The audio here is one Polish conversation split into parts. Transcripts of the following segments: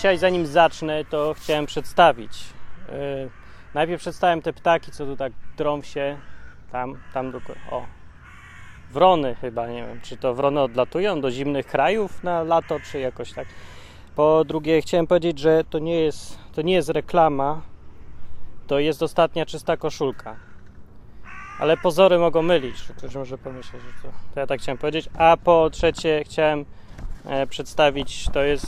dzisiaj, zanim zacznę, to chciałem przedstawić. Najpierw przedstawiam te ptaki, co tu tak drą się. Tam o. Wrony chyba, nie wiem, czy to wrony odlatują do zimnych krajów na lato, czy jakoś tak. Po drugie, chciałem powiedzieć, że to nie jest reklama, to jest ostatnia czysta koszulka. Ale pozory mogą mylić, ktoś może pomyśleć, że to ja tak chciałem powiedzieć. A po trzecie, chciałem przedstawić,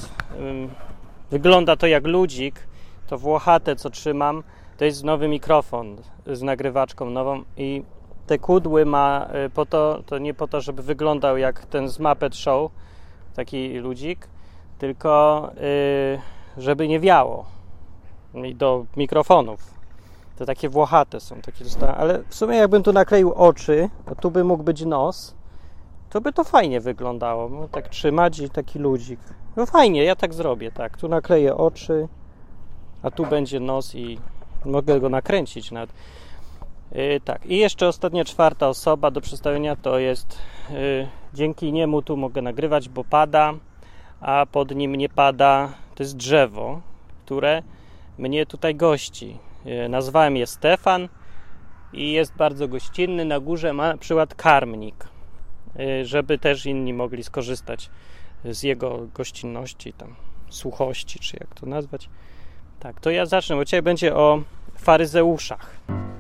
wygląda to jak ludzik, to włochate, co trzymam, to jest nowy mikrofon z nagrywaczką nową i te kudły ma to nie po to, żeby wyglądał jak ten z Muppet Show, taki ludzik, tylko żeby nie wiało i do mikrofonów. To takie włochate są, ale w sumie jakbym tu nakleił oczy, to tu by mógł być nos, to by to fajnie wyglądało. No, tak trzymać i taki ludzik. No fajnie, ja tak zrobię, tak. Tu nakleję oczy, a tu będzie nos i mogę go nakręcić nawet. Tak. I jeszcze ostatnia, czwarta osoba do przedstawienia to jest dzięki niemu tu mogę nagrywać, bo pada, a pod nim nie pada. To jest drzewo, które mnie tutaj gości. Nazwałem je Stefan i jest bardzo gościnny. Na górze ma na przykład karmnik, żeby też inni mogli skorzystać z jego gościnności, tam słuchości, czy jak to nazwać. Tak, to ja zacznę, bo dzisiaj będzie o faryzeuszach.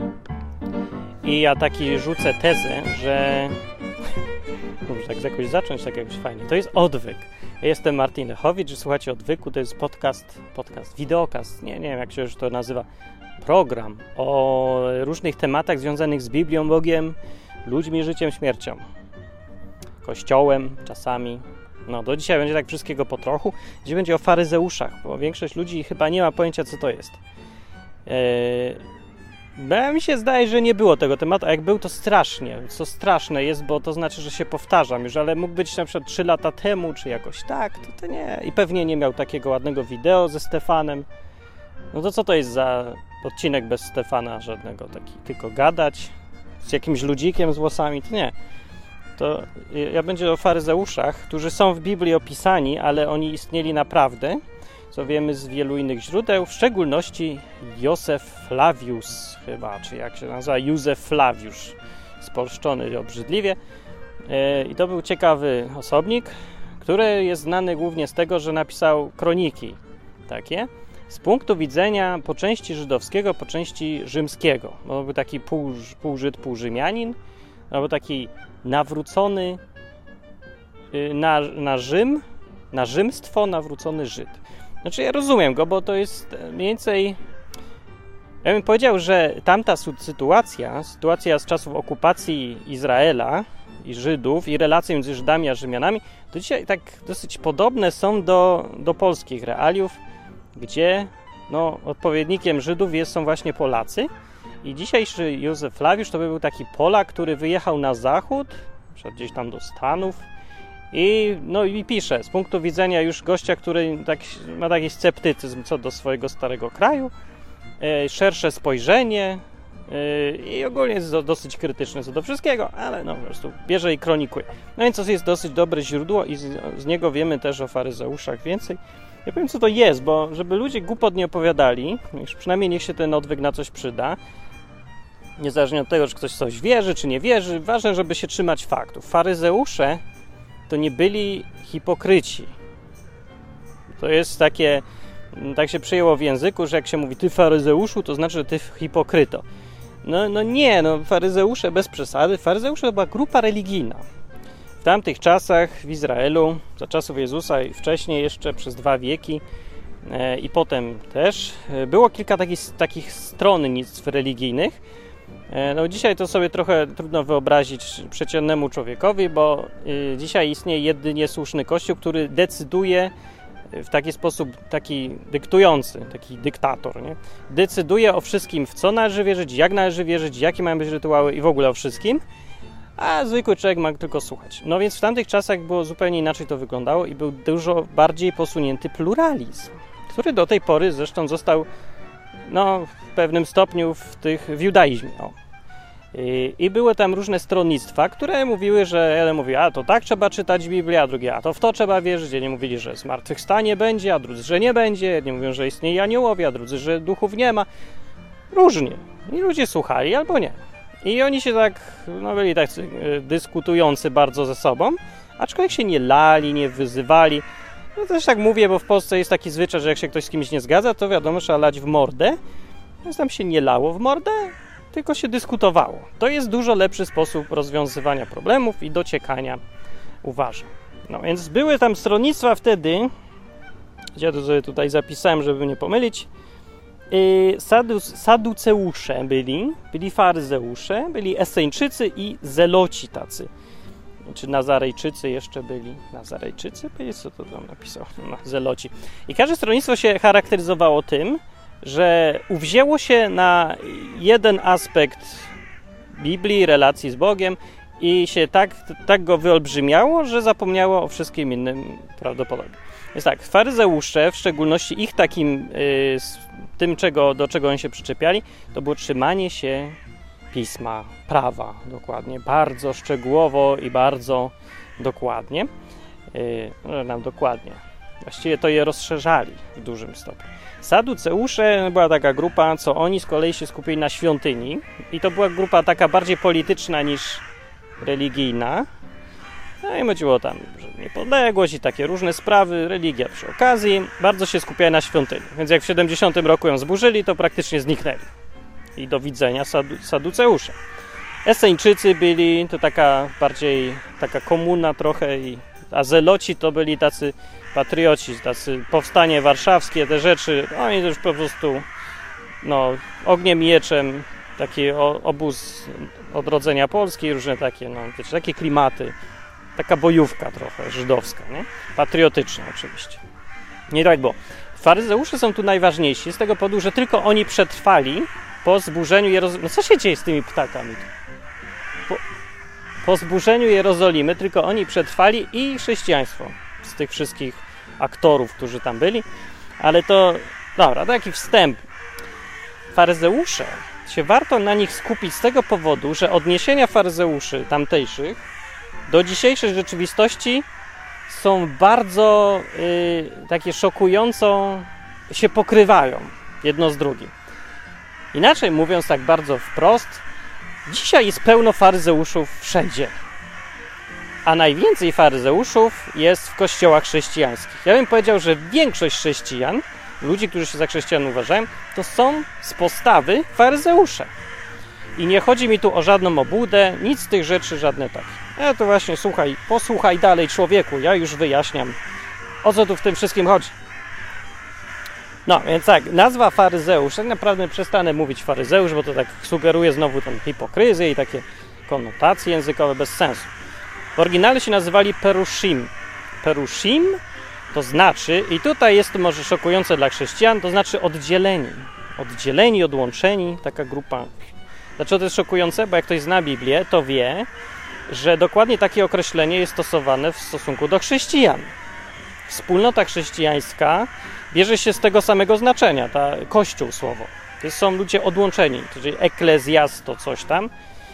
I ja taki rzucę tezę, że muszę tak jakoś zacząć, tak jakoś fajnie. To jest odwyk. Ja jestem Martin Lechowicz i słuchacie Odwyku, to jest podcast, wideokast, nie wiem jak się już to nazywa, program o różnych tematach związanych z Biblią, Bogiem, ludźmi, życiem, śmiercią, Kościołem czasami. No do dzisiaj będzie tak wszystkiego po trochu. Dzisiaj będzie o faryzeuszach, bo większość ludzi chyba nie ma pojęcia, co to jest. Mi się zdaje, że nie było tego tematu, a jak był, to strasznie. Co straszne jest, bo to znaczy, że się powtarzam już, ale mógł być na przykład 3 lata temu, czy jakoś tak, to nie. I pewnie nie miał takiego ładnego wideo ze Stefanem. No to co to jest za odcinek bez Stefana żadnego, taki tylko gadać z jakimś ludzikiem z włosami, to nie. To ja będzie o faryzeuszach, którzy są w Biblii opisani, ale oni istnieli naprawdę, co wiemy z wielu innych źródeł, w szczególności Józef Flavius chyba, czy jak się nazywa, Józef Flawiusz, spolszczony obrzydliwie. I to był ciekawy osobnik, który jest znany głównie z tego, że napisał kroniki takie, z punktu widzenia po części żydowskiego, po części rzymskiego. Bo był taki pół Żyd, pół Rzymianin, albo taki nawrócony na Rzym, na rzymstwo nawrócony Żyd. Znaczy ja rozumiem go, bo to jest mniej więcej... Ja bym powiedział, że tamta sytuacja z czasów okupacji Izraela i Żydów i relacje między Żydami a Rzymianami, to dzisiaj tak dosyć podobne są do polskich realiów, gdzie odpowiednikiem Żydów są właśnie Polacy. I dzisiejszy Józef Flawiusz to by był taki Polak, który wyjechał na zachód, na przykład gdzieś tam do Stanów i pisze z punktu widzenia już gościa, który ma taki sceptycyzm co do swojego starego kraju, szersze spojrzenie i ogólnie jest dosyć krytyczny co do wszystkiego, ale po prostu bierze i kronikuje. No więc to jest dosyć dobre źródło i z niego wiemy też o faryzeuszach więcej. Ja powiem, co to jest, bo żeby ludzie głupot nie opowiadali, już przynajmniej niech się ten odwyk na coś przyda, niezależnie od tego, czy ktoś coś wierzy, czy nie wierzy, ważne, żeby się trzymać faktów. Faryzeusze to nie byli hipokryci. To jest takie, tak się przyjęło w języku, że jak się mówi ty faryzeuszu, to znaczy, że ty hipokryto. Nie, faryzeusze bez przesady. Faryzeusze to była grupa religijna. W tamtych czasach w Izraelu, za czasów Jezusa i wcześniej jeszcze przez 2 wieki i potem też, było kilka takich stronnictw religijnych. Dzisiaj to sobie trochę trudno wyobrazić przeciętnemu człowiekowi, bo dzisiaj istnieje jedynie słuszny Kościół, który decyduje w taki sposób, taki dyktujący, taki dyktator, nie? Decyduje o wszystkim, w co należy wierzyć, jak należy wierzyć, jakie mają być rytuały i w ogóle o wszystkim, a zwykły człowiek ma tylko słuchać. No więc w tamtych czasach było zupełnie inaczej to wyglądało i był dużo bardziej posunięty pluralizm, który do tej pory zresztą został w pewnym stopniu w judaizmie. I były tam różne stronnictwa, które mówiły, że jeden mówi, a to tak trzeba czytać Biblię, a drugi, a to w to trzeba wierzyć. Jedni mówili, że zmartwychwstanie będzie, a drudzy, że nie będzie. Jedni mówią, że istnieje aniołowie, a drudzy, że duchów nie ma. Różnie. I ludzie słuchali albo nie. I oni się tak, byli tak dyskutujący bardzo ze sobą, aczkolwiek się nie lali, nie wyzywali. No też tak mówię, bo w Polsce jest taki zwyczaj, że jak się ktoś z kimś nie zgadza, to wiadomo, trzeba lać w mordę. Więc tam się nie lało w mordę, tylko się dyskutowało. To jest dużo lepszy sposób rozwiązywania problemów i dociekania, uważam. No więc były tam stronnictwa wtedy, ja to sobie tutaj zapisałem, żeby nie pomylić, Saduceusze byli faryzeusze, byli Eseńczycy i Zeloci tacy. Czy Nazarejczycy jeszcze byli? Nazarejczycy? Co to tam napisał? No, Zeloci. I każde stronnictwo się charakteryzowało tym, że uwzięło się na jeden aspekt Biblii, relacji z Bogiem i się tak go wyolbrzymiało, że zapomniało o wszystkim innym prawdopodobnie. Jest tak, faryzeusze, w szczególności ich takim, tym do czego oni się przyczepiali, to było trzymanie się pisma, prawa dokładnie, bardzo szczegółowo i bardzo dokładnie. Dokładnie. Właściwie to je rozszerzali w dużym stopniu. Saduceusze była taka grupa, co oni z kolei się skupili na świątyni i to była grupa taka bardziej polityczna niż religijna. No i chodziło tam, że niepodległość i takie różne sprawy, religia przy okazji, bardzo się skupiała na świątyni. Więc jak w 70 roku ją zburzyli, to praktycznie zniknęli. I do widzenia Saduceusze. Eseńczycy byli, to taka komuna trochę, a Zeloci to byli tacy patrioci, tacy powstanie warszawskie, te rzeczy, oni to już po prostu ogniem, mieczem, taki obóz odrodzenia Polski, różne takie, wiecie, takie klimaty, taka bojówka trochę żydowska, nie? Patriotyczna oczywiście. Nie tak było. Faryzeusze są tu najważniejsi z tego powodu, że tylko oni przetrwali po zburzeniu Jerozolimy. No co się dzieje z tymi ptakami? Po zburzeniu Jerozolimy tylko oni przetrwali i chrześcijaństwo z tych wszystkich aktorów, którzy tam byli. Ale to, dobra, taki wstęp. Faryzeusze, warto na nich skupić z tego powodu, że odniesienia faryzeuszy tamtejszych do dzisiejszej rzeczywistości są bardzo takie szokująco się pokrywają jedno z drugim. Inaczej mówiąc tak bardzo wprost, dzisiaj jest pełno faryzeuszów wszędzie, a najwięcej faryzeuszów jest w kościołach chrześcijańskich. Ja bym powiedział, że większość chrześcijan, ludzi, którzy się za chrześcijan uważają, to są z postawy faryzeusze. I nie chodzi mi tu o żadną obłudę, nic z tych rzeczy, żadne takie. Ja to właśnie, posłuchaj dalej człowieku, ja już wyjaśniam, o co tu w tym wszystkim chodzi. No, więc tak, nazwa faryzeusz, tak naprawdę przestanę mówić faryzeusz, bo to tak sugeruje znowu tą hipokryzję i takie konotacje językowe bez sensu. W oryginale się nazywali perushim. Perushim to znaczy, i tutaj jest to może szokujące dla chrześcijan, to znaczy oddzieleni. Oddzieleni, odłączeni, taka grupa. Dlaczego to jest szokujące? Bo jak ktoś zna Biblię, to wie, że dokładnie takie określenie jest stosowane w stosunku do chrześcijan. Wspólnota chrześcijańska bierze się z tego samego znaczenia, kościół słowo. To są ludzie odłączeni, czyli eklezjasto coś tam.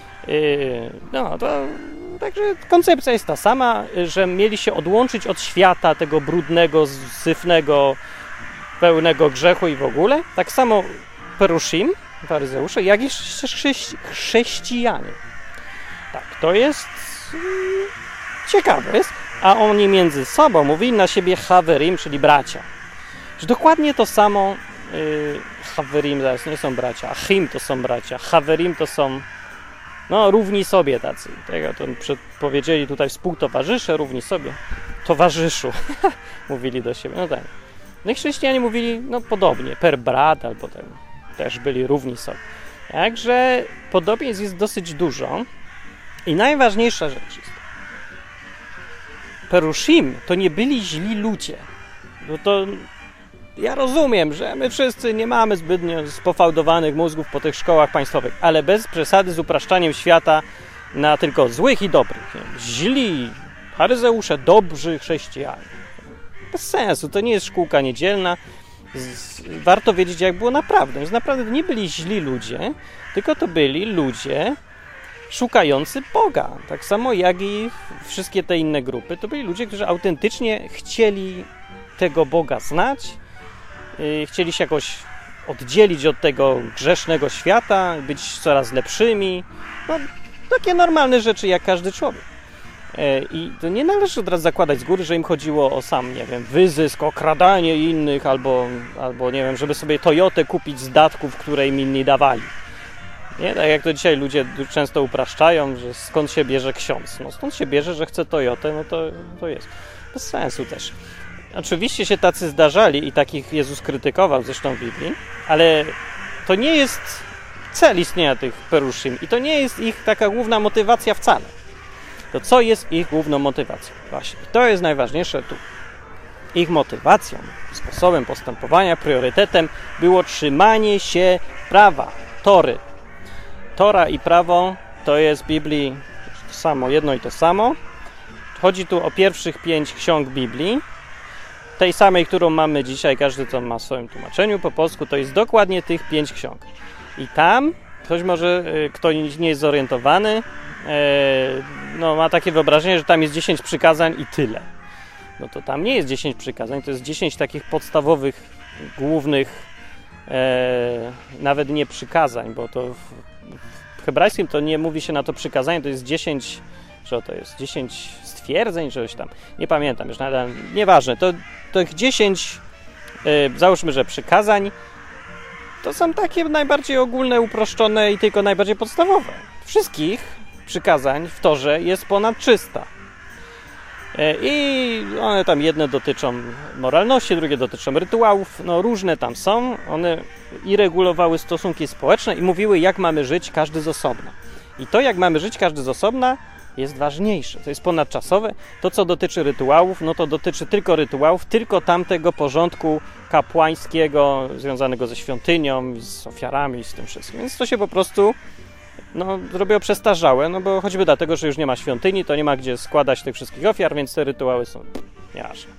Także koncepcja jest ta sama, że mieli się odłączyć od świata tego brudnego, syfnego, pełnego grzechu i w ogóle. Tak samo perushim, faryzeusze, jak i chrześcijanie. Tak, to jest ciekawe jest. A oni między sobą mówili na siebie haverim, czyli bracia. Że dokładnie to samo haverim, zaraz nie są bracia, achim to są bracia, haverim to są równi sobie tacy. Tego to powiedzieli tutaj współtowarzysze, równi sobie. Towarzyszu, mówili do siebie. No tak. No i chrześcijanie mówili, podobnie, per brat, albo też byli równi sobie. Także podobieństw jest dosyć dużo. I najważniejsza rzecz jest, perushim to nie byli źli ludzie. Bo to ja rozumiem, że my wszyscy nie mamy zbytnio spofałdowanych mózgów po tych szkołach państwowych, ale bez przesady z upraszczaniem świata na tylko złych i dobrych. Źli faryzeusze, dobrzy chrześcijanie. Bez sensu, to nie jest szkółka niedzielna. Warto wiedzieć, jak było naprawdę. Więc naprawdę to nie byli źli ludzie, tylko to byli ludzie szukający Boga. Tak samo jak i wszystkie te inne grupy. To byli ludzie, którzy autentycznie chcieli tego Boga znać, chcieli się jakoś oddzielić od tego grzesznego świata, być coraz lepszymi. No, takie normalne rzeczy jak każdy człowiek. I to nie należy od razu zakładać z góry, że im chodziło o sam, nie wiem, wyzysk, okradanie innych albo nie wiem, żeby sobie Toyotę kupić z datków, które im inni dawali. Nie? Tak jak to dzisiaj ludzie często upraszczają, że skąd się bierze ksiądz. No stąd się bierze, że chce Toyotę, no to jest. Bez sensu też. Oczywiście się tacy zdarzali i takich Jezus krytykował zresztą w Biblii, ale to nie jest cel istnienia tych peruszim i to nie jest ich taka główna motywacja wcale. To co jest ich główną motywacją? Właśnie, to jest najważniejsze tu. Ich motywacją, sposobem postępowania, priorytetem było trzymanie się prawa, Tory. Tora i prawo to jest w Biblii to samo, jedno i to samo. Chodzi tu o pierwszych 5 ksiąg Biblii, tej samej, którą mamy dzisiaj, każdy to ma w swoim tłumaczeniu po polsku, to jest dokładnie tych 5 ksiąg. I tam, ktoś może, kto nie jest zorientowany, no ma takie wyobrażenie, że tam jest 10 przykazań i tyle. No to tam nie jest 10 przykazań, to jest 10 takich podstawowych, głównych, nawet nie przykazań, bo to w hebrajskim to nie mówi się na to przykazanie, to jest 10, co to jest, 10 stwierdzeń, coś tam, nie pamiętam już, nawet, nieważne, to tych 10, załóżmy, że przykazań, to są takie najbardziej ogólne, uproszczone i tylko najbardziej podstawowe. Wszystkich przykazań w Torze jest ponad 300. I one tam jedne dotyczą moralności, drugie dotyczą rytuałów, no różne tam są. One i regulowały stosunki społeczne i mówiły, jak mamy żyć każdy z osobna. I to, jak mamy żyć każdy z osobna, jest ważniejsze. To jest ponadczasowe. To, co dotyczy rytuałów, no to dotyczy tylko rytuałów, tylko tamtego porządku kapłańskiego, związanego ze świątynią, z ofiarami, z tym wszystkim. Więc to się po prostu zrobiło przestarzałe, no bo choćby dlatego, że już nie ma świątyni, to nie ma gdzie składać tych wszystkich ofiar, więc te rytuały są nieważne.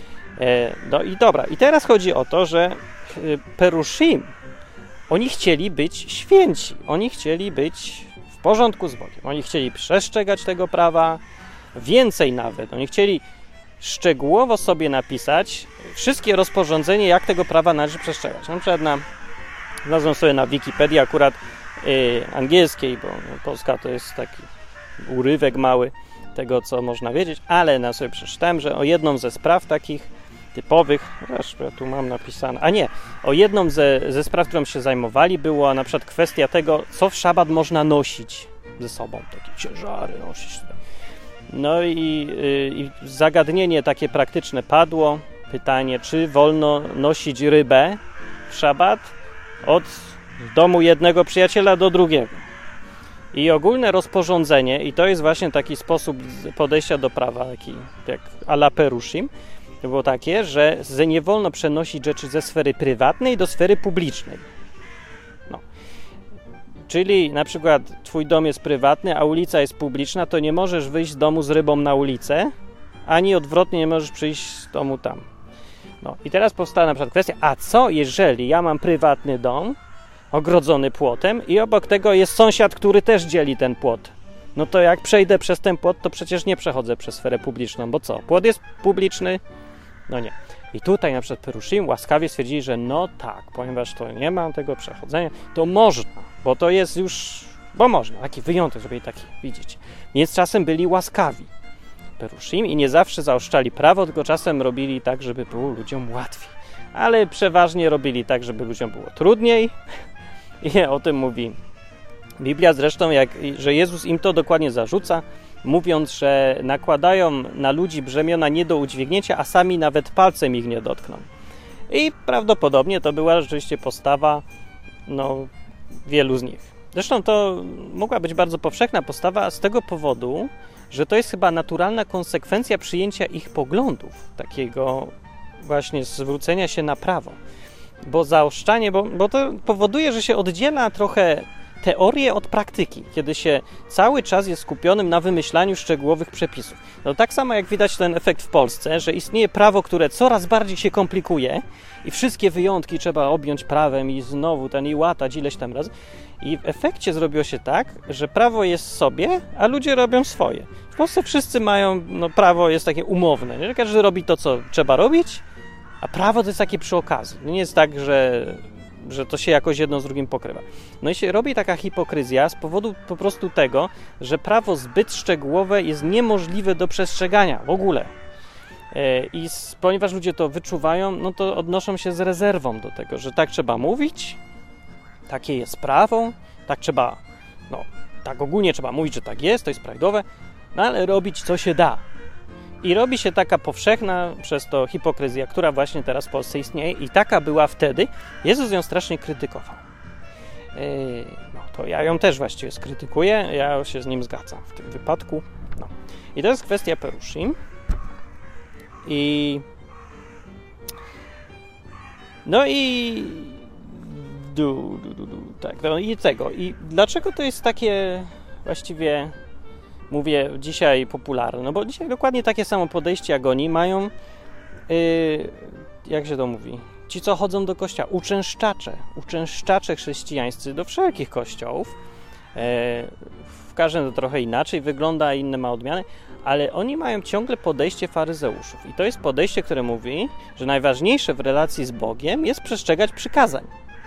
No i dobra, i teraz chodzi o to, że Perushim, oni chcieli być święci, oni chcieli być w porządku z Bogiem, oni chcieli przestrzegać tego prawa, więcej nawet, oni chcieli szczegółowo sobie napisać wszystkie rozporządzenia, jak tego prawa należy przestrzegać. Na przykład znalazłem sobie na Wikipedii akurat angielskiej, bo polska to jest taki urywek mały tego, co można wiedzieć, ale na sobie przeczytałem, że o jedną ze spraw takich typowych, zresztą ja tu mam napisane, o jedną ze spraw, którą się zajmowali, była na przykład kwestia tego, co w szabat można nosić ze sobą, takie ciężary nosić. No i zagadnienie takie praktyczne padło, pytanie, czy wolno nosić rybę w szabat od domu jednego przyjaciela do drugiego. I ogólne rozporządzenie, i to jest właśnie taki sposób podejścia do prawa, taki jak a la Perushim, to było takie, że nie wolno przenosić rzeczy ze sfery prywatnej do sfery publicznej. No. Czyli na przykład twój dom jest prywatny, a ulica jest publiczna, to nie możesz wyjść z domu z rybą na ulicę, ani odwrotnie nie możesz przyjść z domu tam. No i teraz powstała na przykład kwestia, a co jeżeli ja mam prywatny dom, ogrodzony płotem i obok tego jest sąsiad, który też dzieli ten płot. No to jak przejdę przez ten płot, to przecież nie przechodzę przez sferę publiczną, bo co? Płot jest publiczny? No nie. I tutaj na przykład Perushim łaskawie stwierdzili, że no tak, ponieważ to nie ma tego przechodzenia, to można, bo to jest już, bo można, taki wyjątek, żeby taki widzieć. Więc czasem byli łaskawi Perushim i nie zawsze zaostrzali prawo, tylko czasem robili tak, żeby było ludziom łatwiej. Ale przeważnie robili tak, żeby ludziom było trudniej. I o tym mówi Biblia zresztą, że Jezus im to dokładnie zarzuca, mówiąc, że nakładają na ludzi brzemiona nie do udźwignięcia, a sami nawet palcem ich nie dotkną. I prawdopodobnie to była rzeczywiście postawa wielu z nich. Zresztą to mogła być bardzo powszechna postawa z tego powodu, że to jest chyba naturalna konsekwencja przyjęcia ich poglądów, takiego właśnie zwrócenia się na prawo. Bo zaostrzanie, bo to powoduje, że się oddziela trochę teorię od praktyki, kiedy się cały czas jest skupionym na wymyślaniu szczegółowych przepisów. No tak samo jak widać ten efekt w Polsce, że istnieje prawo, które coraz bardziej się komplikuje i wszystkie wyjątki trzeba objąć prawem i znowu i łatać ileś tam razy. I w efekcie zrobiło się tak, że prawo jest sobie, a ludzie robią swoje. W Polsce wszyscy mają, prawo jest takie umowne, nie? Każdy robi to, co trzeba robić, a prawo to jest takie przy okazji. Nie jest tak, że to się jakoś jedno z drugim pokrywa. No i się robi taka hipokryzja z powodu po prostu tego, że prawo zbyt szczegółowe jest niemożliwe do przestrzegania w ogóle. Ponieważ ludzie to wyczuwają, no to odnoszą się z rezerwą do tego, że tak trzeba mówić, takie jest prawo, tak trzeba, tak ogólnie trzeba mówić, że tak jest, to jest prawidłowe, ale robić co się da. I robi się taka powszechna przez to hipokryzja, która właśnie teraz w Polsce istnieje i taka była wtedy. Jezus ją strasznie krytykował. To ja ją też właściwie skrytykuję, ja się z nim zgadzam w tym wypadku. I to jest kwestia Perushim. I dlaczego to jest takie właściwie, mówię dzisiaj popularne? No bo dzisiaj dokładnie takie samo podejście jak oni mają, jak się to mówi, ci co chodzą do kościoła, uczęszczacze chrześcijańscy do wszelkich kościołów, w każdym to trochę inaczej wygląda, inne ma odmiany, ale oni mają ciągle podejście faryzeuszów i to jest podejście, które mówi, że najważniejsze w relacji z Bogiem jest przestrzegać przykazań.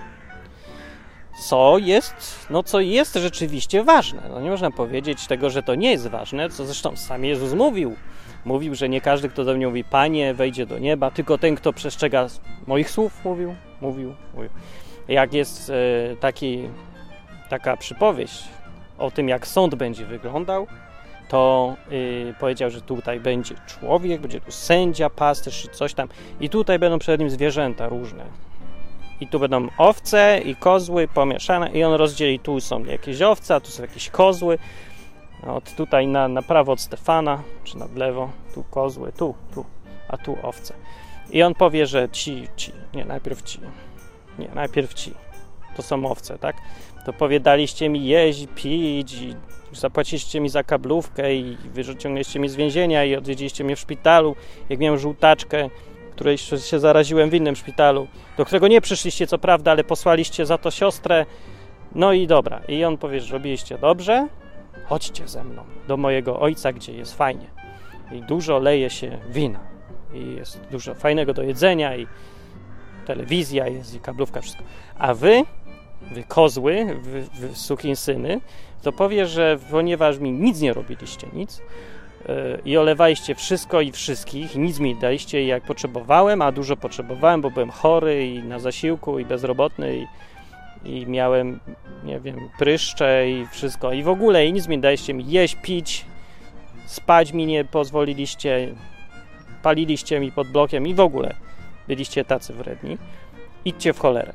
Co jest rzeczywiście ważne. Nie można powiedzieć tego, że to nie jest ważne, co zresztą sam Jezus mówił. Mówił, że nie każdy, kto do mnie mówi Panie, wejdzie do nieba, tylko ten, kto przestrzega moich słów, mówił. Jak jest taka przypowieść o tym, jak sąd będzie wyglądał, to powiedział, że tutaj będzie człowiek, będzie tu sędzia, pasterz czy coś tam i tutaj będą przed nim zwierzęta różne. I tu będą owce i kozły pomieszane i on rozdzieli, tu są jakieś owce, a tu są jakieś kozły. Tutaj na prawo od Stefana, czy na lewo, tu kozły, tu, a tu owce. I on powie, że najpierw ci, to są owce, tak? To powie, daliście mi jeść, pić i zapłaciliście mi za kablówkę i wyciągnęliście mi z więzienia i odwiedziliście mnie w szpitalu, jak miałem żółtaczkę, której się zaraziłem w innym szpitalu, do którego nie przyszliście, co prawda, ale posłaliście za to siostrę. No i dobra. I on powie, że robiliście dobrze, chodźcie ze mną do mojego ojca, gdzie jest fajnie. I dużo leje się wina. I jest dużo fajnego do jedzenia i telewizja jest i kablówka, wszystko. A wy kozły, wy sukinsyny, to powie, że ponieważ mi nic nie robiliście, i olewaliście wszystko i wszystkich, nic mi daliście, jak potrzebowałem, a dużo potrzebowałem, bo byłem chory i na zasiłku i bezrobotny i miałem, pryszcze i wszystko i w ogóle i nic mi daliście mi jeść, pić, spać mi nie pozwoliliście, paliliście mi pod blokiem i w ogóle byliście tacy wredni, idźcie w cholerę.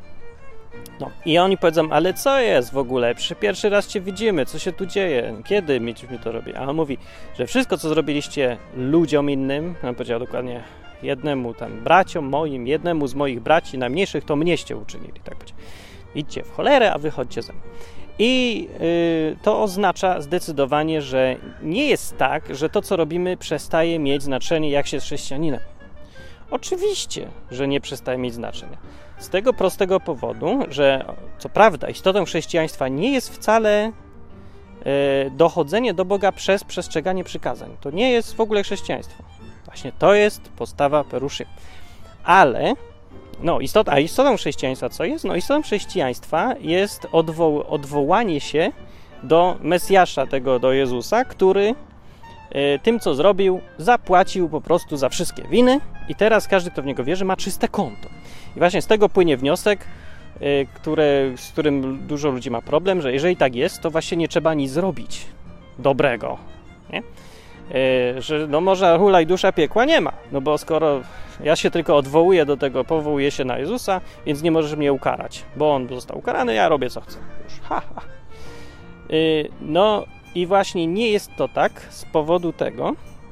I oni powiedzą, ale co jest w ogóle? Pierwszy raz cię widzimy, co się tu dzieje? Kiedy myśmy to robili? A on mówi, że wszystko, co zrobiliście ludziom innym, on powiedział dokładnie jednemu tam braciom moim, jednemu z moich braci najmniejszych, to mnieście uczynili, tak powiedział. Idźcie w cholerę, a wychodźcie ze mną. I to oznacza zdecydowanie, że nie jest tak, że to, co robimy, przestaje mieć znaczenie, jak się jest chrześcijaninem. Oczywiście, że nie przestaje mieć znaczenia. Z tego prostego powodu, że co prawda istotą chrześcijaństwa nie jest wcale dochodzenie do Boga przez przestrzeganie przykazań. To nie jest w ogóle chrześcijaństwo. Właśnie to jest postawa Perushim. Ale istotą chrześcijaństwa co jest? Istotą chrześcijaństwa jest odwołanie się do Mesjasza, do Jezusa, który tym, co zrobił, zapłacił po prostu za wszystkie winy i teraz każdy, kto w Niego wierzy, ma czyste konto. I właśnie z tego płynie wniosek, z którym dużo ludzi ma problem, że jeżeli tak jest, to właśnie nie trzeba nic zrobić dobrego. Nie? Że może hulaj dusza piekła nie ma, bo skoro ja się tylko odwołuję do tego, powołuję się na Jezusa, więc nie możesz mnie ukarać, bo On został ukarany, ja robię co chcę. Już. I właśnie nie jest to tak z powodu tego,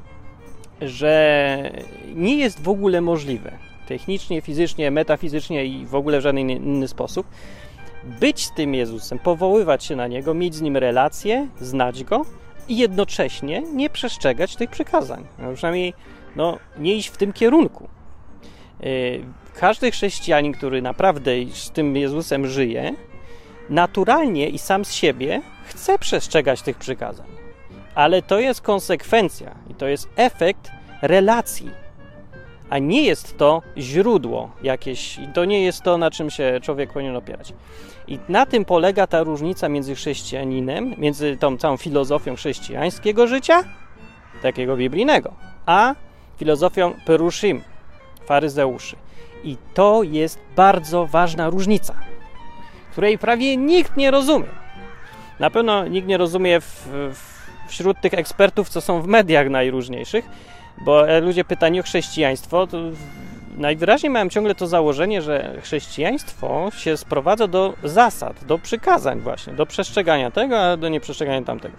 że nie jest w ogóle możliwe technicznie, fizycznie, metafizycznie i w ogóle w żaden inny sposób być z tym Jezusem, powoływać się na Niego, mieć z Nim relacje, znać Go i jednocześnie nie przestrzegać tych przykazań. No, przynajmniej nie iść w tym kierunku. Każdy chrześcijanin, który naprawdę z tym Jezusem żyje, naturalnie i sam z siebie chce przestrzegać tych przykazań. Ale to jest konsekwencja i to jest efekt relacji, a nie jest to źródło jakieś, i to nie jest to, na czym się człowiek powinien opierać. I na tym polega ta różnica między chrześcijaninem, między tą całą filozofią chrześcijańskiego życia, takiego biblijnego, a filozofią perushim, faryzeuszy. I to jest bardzo ważna różnica, której prawie nikt nie rozumie. Na pewno nikt nie rozumie wśród tych ekspertów, co są w mediach najróżniejszych, bo ludzie pytani o chrześcijaństwo, to najwyraźniej mają ciągle to założenie, że chrześcijaństwo się sprowadza do zasad, do przykazań właśnie, do przestrzegania tego, a do nieprzestrzegania tamtego.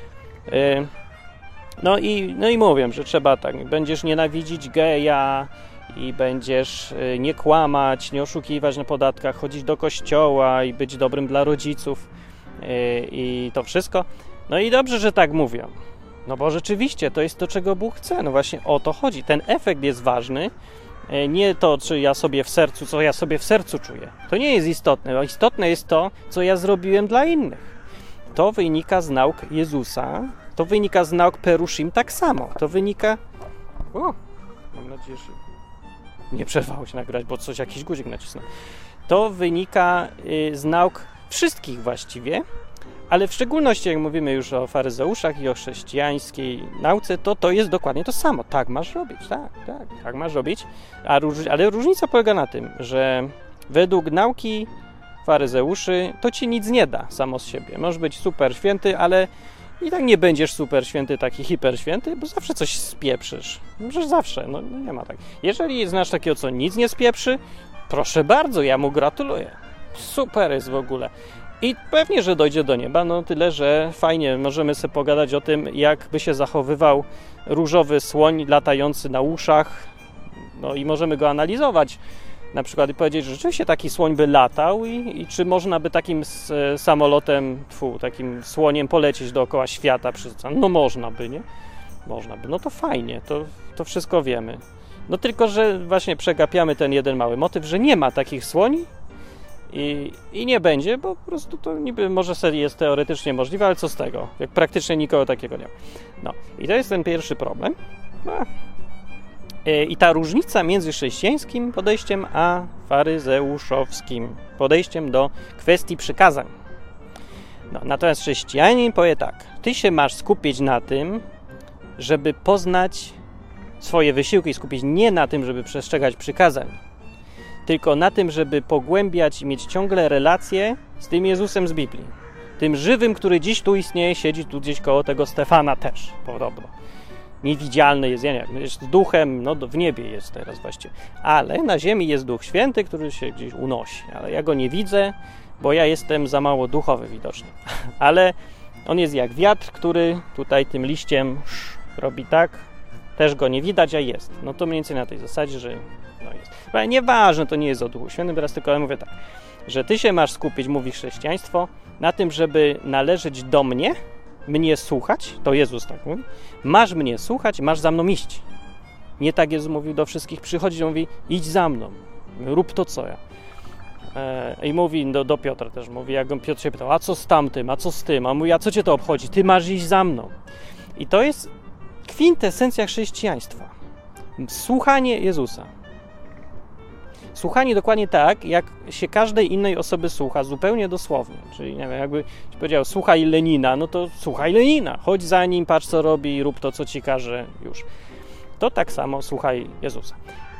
No i mówię, że trzeba tak, będziesz nienawidzić geja i będziesz nie kłamać, nie oszukiwać na podatkach, chodzić do kościoła i być dobrym dla rodziców i to wszystko. No i dobrze, że tak mówią. No bo rzeczywiście to jest to, czego Bóg chce. No właśnie o to chodzi. Ten efekt jest ważny. Nie to, co ja sobie w sercu czuję. To nie jest istotne. Istotne jest to, co ja zrobiłem dla innych. To wynika z nauk Jezusa. To wynika z nauk perushim tak samo. To wynika... mam nadzieję, że nie przerwało się nagrać, bo jakiś guzik nacisnął. To wynika z nauk wszystkich właściwie, ale w szczególności, jak mówimy już o faryzeuszach i o chrześcijańskiej nauce, to jest dokładnie to samo. Tak masz robić, tak masz robić. Ale różnica polega na tym, że według nauki faryzeuszy to ci nic nie da samo z siebie. Możesz być super święty, ale i tak nie będziesz super święty, taki hiper święty, bo zawsze coś spieprzysz. Możesz zawsze, nie ma tak. Jeżeli znasz takiego, co nic nie spieprzy, proszę bardzo, ja mu gratuluję. Super jest w ogóle. I pewnie, że dojdzie do nieba, tyle, że fajnie, możemy sobie pogadać o tym, jak by się zachowywał różowy słoń latający na uszach, i możemy go analizować, na przykład i powiedzieć, że rzeczywiście taki słoń by latał i czy można by takim samolotem, takim słoniem polecieć dookoła świata, można by, nie? Można by, to fajnie, to wszystko wiemy. Tylko, że właśnie przegapiamy ten jeden mały motyw, że nie ma takich słoni, I nie będzie, bo po prostu to niby może jest teoretycznie możliwe, ale co z tego, jak praktycznie nikogo takiego nie ma. I to jest ten pierwszy problem. I ta różnica między chrześcijańskim podejściem a faryzeuszowskim podejściem do kwestii przykazań. Natomiast chrześcijanin powie tak, ty się masz skupić na tym, żeby poznać swoje wysiłki i skupić nie na tym, żeby przestrzegać przykazań, tylko na tym, żeby pogłębiać i mieć ciągle relacje z tym Jezusem z Biblii. Tym żywym, który dziś tu istnieje, siedzi tu gdzieś koło tego Stefana też, podobno. Niewidzialny jest, jest duchem, w niebie jest teraz właściwie. Ale na ziemi jest Duch Święty, który się gdzieś unosi. Ale ja go nie widzę, bo ja jestem za mało duchowy widocznie. Ale on jest jak wiatr, który tutaj tym liściem robi tak. Też go nie widać, a jest. To mniej więcej na tej zasadzie, że jest. Ale nieważne, to nie jest o Duchu Świętym, teraz tylko mówię tak, że ty się masz skupić, mówi chrześcijaństwo, na tym, żeby należeć do mnie słuchać, to Jezus tak mówi, masz mnie słuchać, masz za mną iść. Nie tak Jezus mówił do wszystkich, przychodzi i mówi, idź za mną, rób to, co ja. I mówi do Piotra też, mówi, jak Piotr się pytał, a co z tamtym, a co z tym, a mówi, a co cię to obchodzi, ty masz iść za mną. I to jest kwintesencja chrześcijaństwa. Słuchanie Jezusa. Słuchanie dokładnie tak, jak się każdej innej osoby słucha, zupełnie dosłownie. Czyli, nie wiem, jakby ci powiedział, słuchaj Lenina, to słuchaj Lenina. Chodź za nim, patrz co robi, rób to, co ci każe, już. To tak samo słuchaj Jezusa.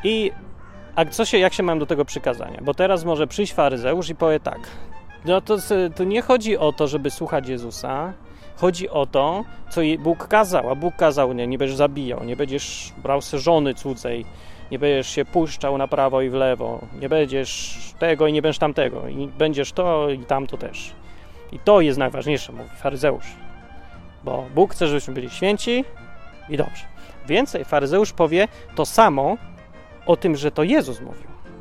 Jak się mam do tego przykazania? Bo teraz może przyjść faryzeusz i powie tak, to nie chodzi o to, żeby słuchać Jezusa, chodzi o to, co Bóg kazał, a Bóg kazał, nie będziesz zabijał, nie będziesz brał sobie żony cudzej, nie będziesz się puszczał na prawo i w lewo, nie będziesz tego i nie będziesz tamtego, i będziesz to i tamto też. I to jest najważniejsze, mówi faryzeusz. Bo Bóg chce, żebyśmy byli święci i dobrze. Więcej, faryzeusz powie to samo o tym, że to Jezus mówił.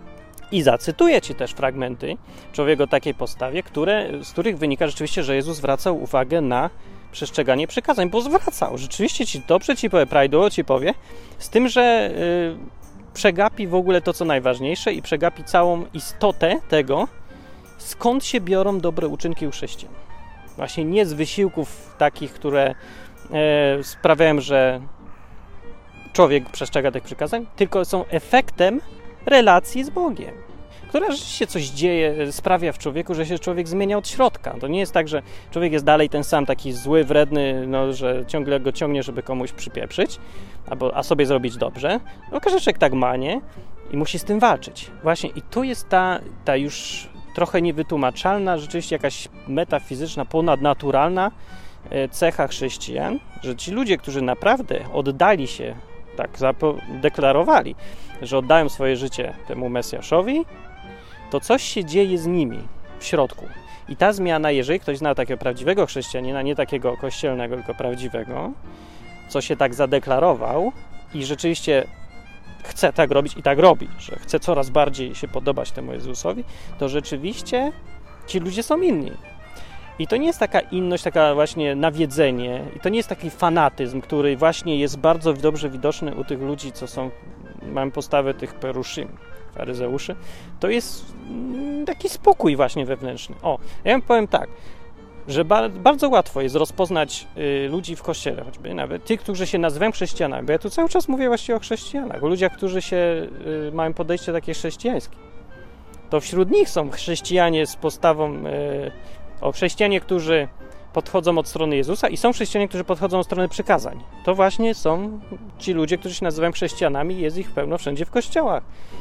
I zacytuję ci też fragmenty człowieka o takiej postawie, z których wynika rzeczywiście, że Jezus zwracał uwagę na przestrzeganie przykazań, bo zwracał. Rzeczywiście dobrze ci powie, prawidłowo ci powie, z tym, że przegapi w ogóle to, co najważniejsze i przegapi całą istotę tego, skąd się biorą dobre uczynki u chrześcijan. Właśnie nie z wysiłków takich, które sprawiają, że człowiek przestrzega tych przykazań, tylko są efektem relacji z Bogiem, która rzeczywiście coś dzieje, sprawia w człowieku, że się człowiek zmienia od środka. To nie jest tak, że człowiek jest dalej ten sam, taki zły, wredny, że ciągle go ciągnie, żeby komuś przypieprzyć, a sobie zrobić dobrze. No, każdy człowiek tak ma, nie? I musi z tym walczyć. Właśnie i tu jest ta już trochę niewytłumaczalna, rzeczywiście jakaś metafizyczna, ponadnaturalna cecha chrześcijan, że ci ludzie, którzy naprawdę oddali się, tak deklarowali, że oddają swoje życie temu Mesjaszowi, to coś się dzieje z nimi w środku. I ta zmiana, jeżeli ktoś zna takiego prawdziwego chrześcijanina, nie takiego kościelnego, tylko prawdziwego, co się tak zadeklarował i rzeczywiście chce tak robić i tak robi, że chce coraz bardziej się podobać temu Jezusowi, to rzeczywiście ci ludzie są inni. I to nie jest taka inność, taka właśnie nawiedzenie i to nie jest taki fanatyzm, który właśnie jest bardzo dobrze widoczny u tych ludzi, co mają postawę tych peruszym, faryzeuszy. To jest taki spokój właśnie wewnętrzny. Ja wam powiem tak, że bardzo łatwo jest rozpoznać ludzi w kościele, choćby nawet tych, którzy się nazywają chrześcijanami, bo ja tu cały czas mówię właściwie o chrześcijanach, o ludziach, którzy mają podejście takie chrześcijańskie. To wśród nich są chrześcijanie z postawą, chrześcijanie, którzy podchodzą od strony Jezusa i są chrześcijanie, którzy podchodzą od strony przykazań. To właśnie są ci ludzie, którzy się nazywają chrześcijanami, jest ich pełno wszędzie w kościołach.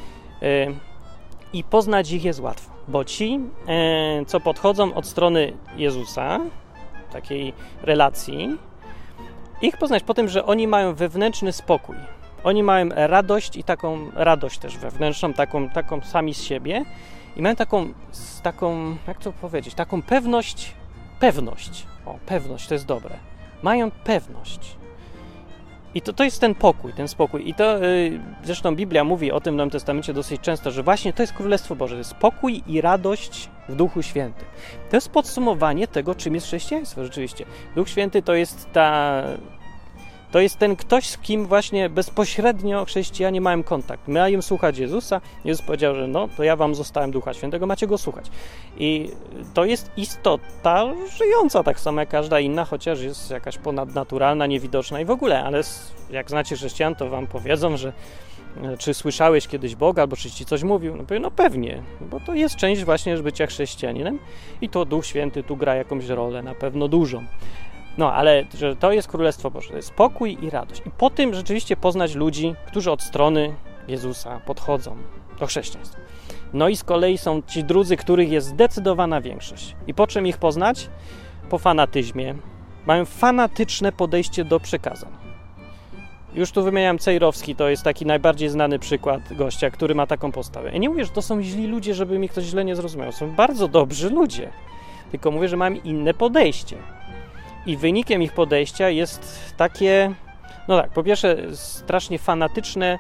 I poznać ich jest łatwo, bo ci, co podchodzą od strony Jezusa, takiej relacji, ich poznać po tym, że oni mają wewnętrzny spokój. Oni mają radość i taką radość też wewnętrzną, taką sami z siebie i mają taką, jak to powiedzieć, taką pewność. Pewność to jest dobre. Mają pewność. I to jest ten spokój. I to zresztą Biblia mówi o tym w Nowym Testamencie dosyć często, że właśnie to jest Królestwo Boże. To jest spokój i radość w Duchu Świętym. To jest podsumowanie tego, czym jest chrześcijaństwo rzeczywiście. Duch Święty to jest ten ktoś, z kim właśnie bezpośrednio chrześcijanie mają kontakt. Mają słuchać Jezusa. Jezus powiedział, że to ja wam zostałem Ducha Świętego, macie go słuchać. I to jest istota żyjąca tak samo jak każda inna, chociaż jest jakaś ponadnaturalna, niewidoczna i w ogóle. Ale jak znacie chrześcijan, to wam powiedzą, że czy słyszałeś kiedyś Boga, albo czy ci coś mówił? No pewnie, bo to jest część właśnie bycia chrześcijaninem i to Duch Święty tu gra jakąś rolę, na pewno dużą. Ale że to jest Królestwo Boże, to jest spokój i radość. I po tym rzeczywiście poznać ludzi, którzy od strony Jezusa podchodzą do chrześcijaństwa. I z kolei są ci drudzy, których jest zdecydowana większość. I po czym ich poznać? Po fanatyzmie. Mają fanatyczne podejście do przykazań. Już tu wymieniam Cejrowski, to jest taki najbardziej znany przykład gościa, który ma taką postawę. Ja nie mówię, że to są źli ludzie, żeby mi ktoś źle nie zrozumiał. Są bardzo dobrzy ludzie. Tylko mówię, że mają inne podejście. I wynikiem ich podejścia jest takie, po pierwsze strasznie fanatyczne,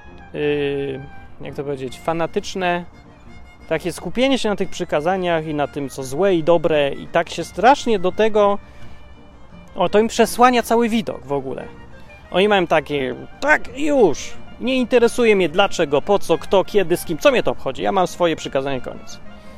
fanatyczne takie skupienie się na tych przykazaniach i na tym, co złe i dobre i tak się strasznie do tego, to im przesłania cały widok w ogóle. Oni mają takie, tak już, nie interesuje mnie dlaczego, po co, kto, kiedy, z kim, co mnie to obchodzi, ja mam swoje przykazanie, koniec.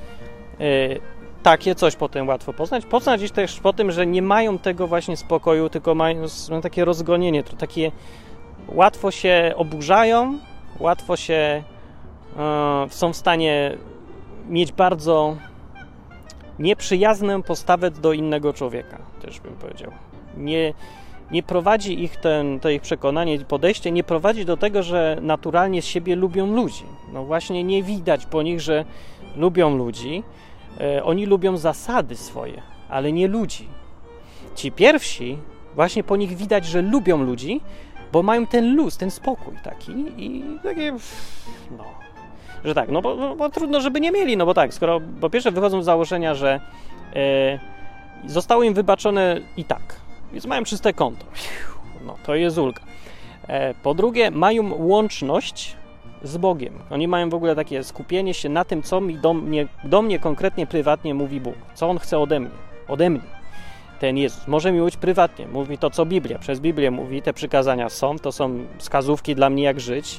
Takie coś potem łatwo poznać. Poznać ich też po tym, że nie mają tego właśnie spokoju, tylko mają takie rozgonienie, takie łatwo się oburzają, łatwo się są w stanie mieć bardzo nieprzyjazną postawę do innego człowieka, też bym powiedział. Nie prowadzi ich to ich przekonanie i podejście, nie prowadzi do tego, że naturalnie z siebie lubią ludzi. Właśnie nie widać po nich, że lubią ludzi. Oni lubią zasady swoje, ale nie ludzi. Ci pierwsi, właśnie po nich widać, że lubią ludzi, bo mają ten luz, ten spokój taki i takie, że tak, bo trudno, żeby nie mieli, bo tak, skoro po pierwsze wychodzą z założenia, że zostało im wybaczone i tak, więc mają czyste konto. To jest ulga. Po drugie, mają łączność z Bogiem. Oni mają w ogóle takie skupienie się na tym, co do mnie konkretnie, prywatnie mówi Bóg. Co On chce ode mnie. Ten Jezus. Może mi mówić prywatnie. Mówi to, co Biblia. Przez Biblię mówi, te przykazania to są wskazówki dla mnie, jak żyć.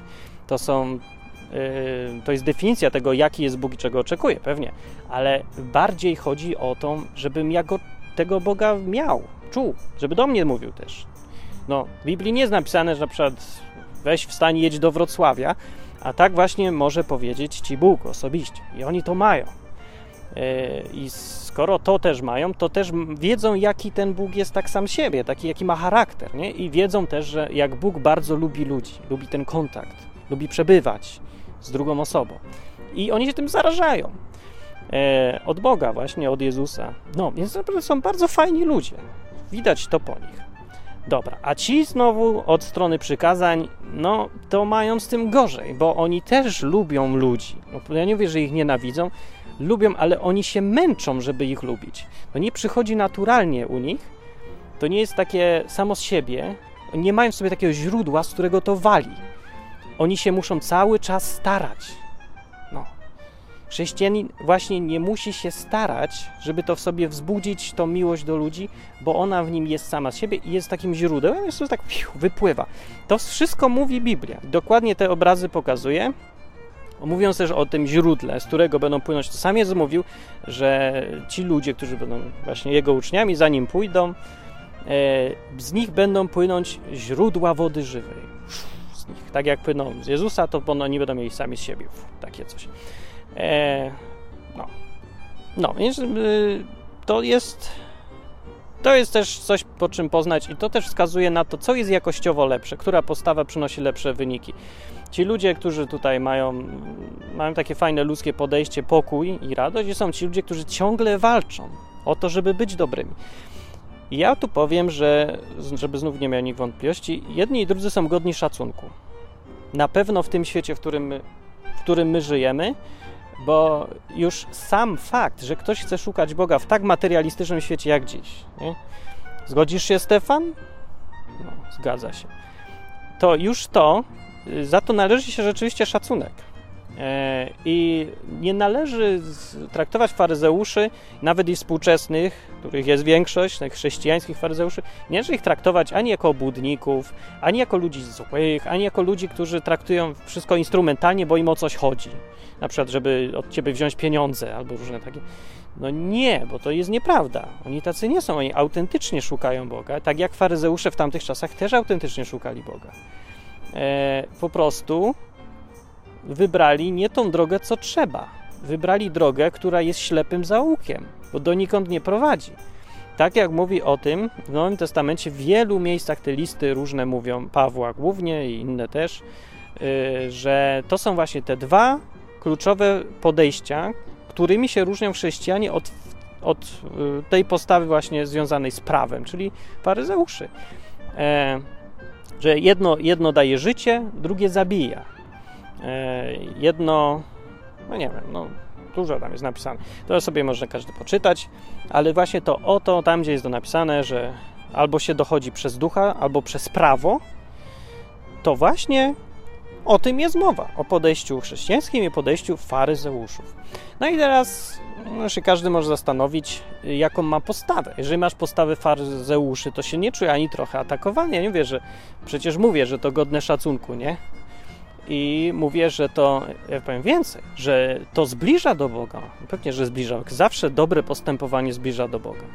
To jest definicja tego, jaki jest Bóg i czego oczekuję, pewnie. Ale bardziej chodzi o to, żebym ja tego Boga czuł. Żeby do mnie mówił też. No, w Biblii nie jest napisane, że na przykład weź wstań, jedź do Wrocławia, a tak właśnie może powiedzieć Ci Bóg osobiście. I oni to mają. I skoro to też mają, to też wiedzą, jaki ten Bóg jest tak sam siebie, taki jaki ma charakter, nie? I wiedzą też, że jak Bóg bardzo lubi ludzi, lubi ten kontakt, lubi przebywać z drugą osobą. I oni się tym zarażają. Od Boga właśnie, od Jezusa. No, więc naprawdę są bardzo fajni ludzie. Widać to po nich. Dobra, a ci znowu od strony przykazań, no to mają z tym gorzej, bo oni też lubią ludzi. No, ja nie mówię, że ich nienawidzą, lubią, ale oni się męczą, żeby ich lubić. To nie przychodzi naturalnie u nich, to nie jest takie samo z siebie, nie mają w sobie takiego źródła, z którego to wali. Oni się muszą cały czas starać. No. Chrześcijanin właśnie nie musi się starać, żeby to w sobie wzbudzić, tą miłość do ludzi, bo ona w nim jest sama z siebie i jest takim źródłem, jest to tak wypływa. To wszystko mówi Biblia. Dokładnie te obrazy pokazuje, mówiąc też o tym źródle, z którego będą płynąć. To sam Jezus mówił, że ci ludzie, którzy będą właśnie Jego uczniami, za Nim pójdą, z nich będą płynąć źródła wody żywej. Z nich. Tak jak płyną z Jezusa, to oni będą mieli sami z siebie. Takie coś. No, więc to jest też coś, po czym poznać i to też wskazuje na to, co jest jakościowo lepsze, która postawa przynosi lepsze wyniki. Ci ludzie, którzy tutaj mają takie fajne ludzkie podejście, pokój i radość, i są ci ludzie, którzy ciągle walczą o to, żeby być dobrymi. I ja tu powiem, żeby znów nie miał nikt wątpliwości, jedni i drudzy są godni szacunku. Na pewno w tym świecie, w którym my żyjemy, bo już sam fakt, że ktoś chce szukać Boga w tak materialistycznym świecie jak dziś. Nie? Zgodzisz się, Stefan? No, zgadza się. Za to należy się rzeczywiście szacunek. I nie należy traktować faryzeuszy, nawet i współczesnych, których jest większość, tych chrześcijańskich faryzeuszy, nie należy ich traktować ani jako obłudników, ani jako ludzi złych, ani jako ludzi, którzy traktują wszystko instrumentalnie, bo im o coś chodzi. Na przykład, żeby od ciebie wziąć pieniądze albo różne takie. No nie, bo to jest nieprawda. Oni tacy nie są, oni autentycznie szukają Boga, tak jak faryzeusze w tamtych czasach też autentycznie szukali Boga. Po prostu wybrali nie tą drogę, co trzeba. Wybrali drogę, która jest ślepym zaułkiem, bo donikąd nie prowadzi. Tak jak mówi o tym w Nowym Testamencie, w wielu miejscach te listy różne mówią, Pawła głównie i inne też, że to są właśnie te dwa kluczowe podejścia, którymi się różnią chrześcijanie od tej postawy właśnie związanej z prawem, czyli faryzeuszy. Że jedno daje życie, drugie zabija. Jedno, no nie wiem, dużo tam jest napisane. To sobie może każdy poczytać, ale właśnie tam, gdzie jest to napisane, że albo się dochodzi przez ducha, albo przez prawo, to właśnie o tym jest mowa, o podejściu chrześcijańskim i podejściu faryzeuszów. No i teraz się każdy może zastanowić, jaką ma postawę. Jeżeli masz postawę faryzeuszy, to się nie czuje ani trochę atakowany. Ja nie mówię, przecież mówię, że to godne szacunku, nie? I mówię, że ja powiem więcej, że to zbliża do Boga. Pewnie, że zbliża. Zawsze dobre postępowanie zbliża do Boga.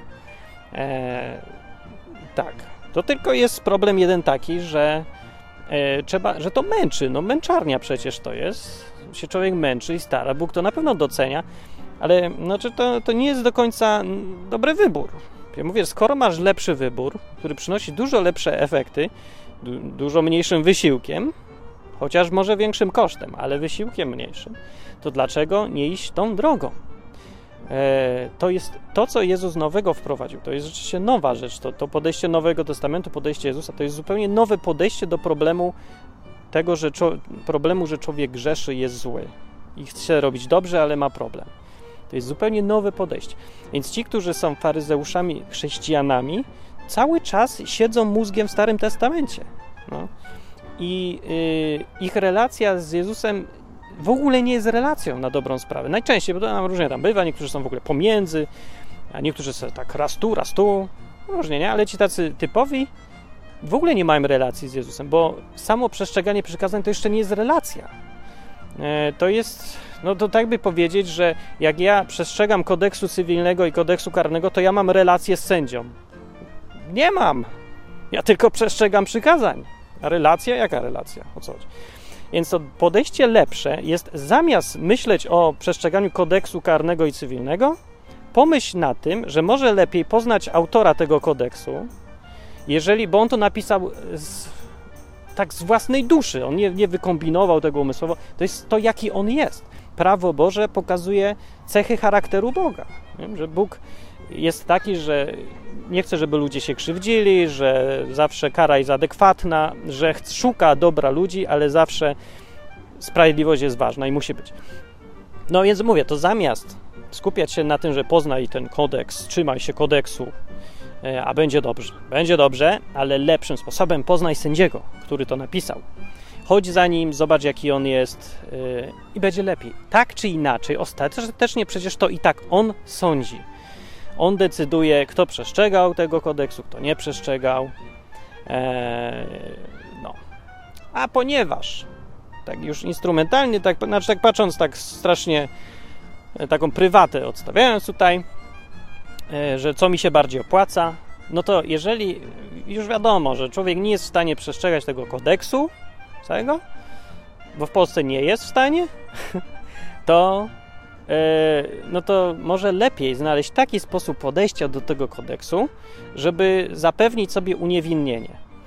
Tak. To tylko jest problem jeden taki, że że to męczy. No męczarnia przecież to jest. Się człowiek męczy i stara. Bóg to na pewno docenia, ale to nie jest do końca dobry wybór. Ja mówię, skoro masz lepszy wybór, który przynosi dużo lepsze efekty, dużo mniejszym wysiłkiem, chociaż może większym kosztem, ale wysiłkiem mniejszym, to dlaczego nie iść tą drogą? To jest to, co Jezus nowego wprowadził. To jest rzeczywiście nowa rzecz. To podejście Nowego Testamentu, podejście Jezusa, to jest zupełnie nowe podejście do problemu tego, że człowiek grzeszy, jest zły i chce robić dobrze, ale ma problem. To jest zupełnie nowe podejście. Więc ci, którzy są faryzeuszami, chrześcijanami, cały czas siedzą mózgiem w Starym Testamencie. No. i ich relacja z Jezusem w ogóle nie jest relacją na dobrą sprawę. Najczęściej, bo to nam różnie tam bywa, niektórzy są w ogóle pomiędzy, a niektórzy są tak raz tu, różnie, nie? Ale ci tacy typowi w ogóle nie mają relacji z Jezusem, bo samo przestrzeganie przykazań to jeszcze nie jest relacja. To jest, no to tak by powiedzieć, że jak ja przestrzegam kodeksu cywilnego i kodeksu karnego, to ja mam relację z sędzią. Nie mam. Ja tylko przestrzegam przykazań. A relacja? Jaka relacja? O co chodzi? Więc to podejście lepsze jest, zamiast myśleć o przestrzeganiu kodeksu karnego i cywilnego, pomyśl na tym, że może lepiej poznać autora tego kodeksu, bo on to napisał z własnej duszy. On nie wykombinował tego umysłowo. To jest to, jaki on jest. Prawo Boże pokazuje cechy charakteru Boga. Że Bóg jest taki, że nie chce, żeby ludzie się krzywdzili, że zawsze kara jest adekwatna, że szuka dobra ludzi, ale zawsze sprawiedliwość jest ważna i musi być. No więc mówię, to zamiast skupiać się na tym, że poznaj ten kodeks, trzymaj się kodeksu, a będzie dobrze, ale lepszym sposobem poznaj sędziego, który to napisał. Chodź za nim, zobacz, jaki on jest i będzie lepiej. Tak czy inaczej, ostatecznie przecież to i tak on sądzi. On decyduje, kto przestrzegał tego kodeksu, kto nie przestrzegał. No. A ponieważ, tak już instrumentalnie, tak patrząc tak strasznie, taką prywatę odstawiając tutaj, że co mi się bardziej opłaca, no to jeżeli już wiadomo, że człowiek nie jest w stanie przestrzegać tego kodeksu całego, bo w Polsce nie jest w stanie, to no to może lepiej znaleźć taki sposób podejścia do tego kodeksu, żeby zapewnić sobie uniewinnienie.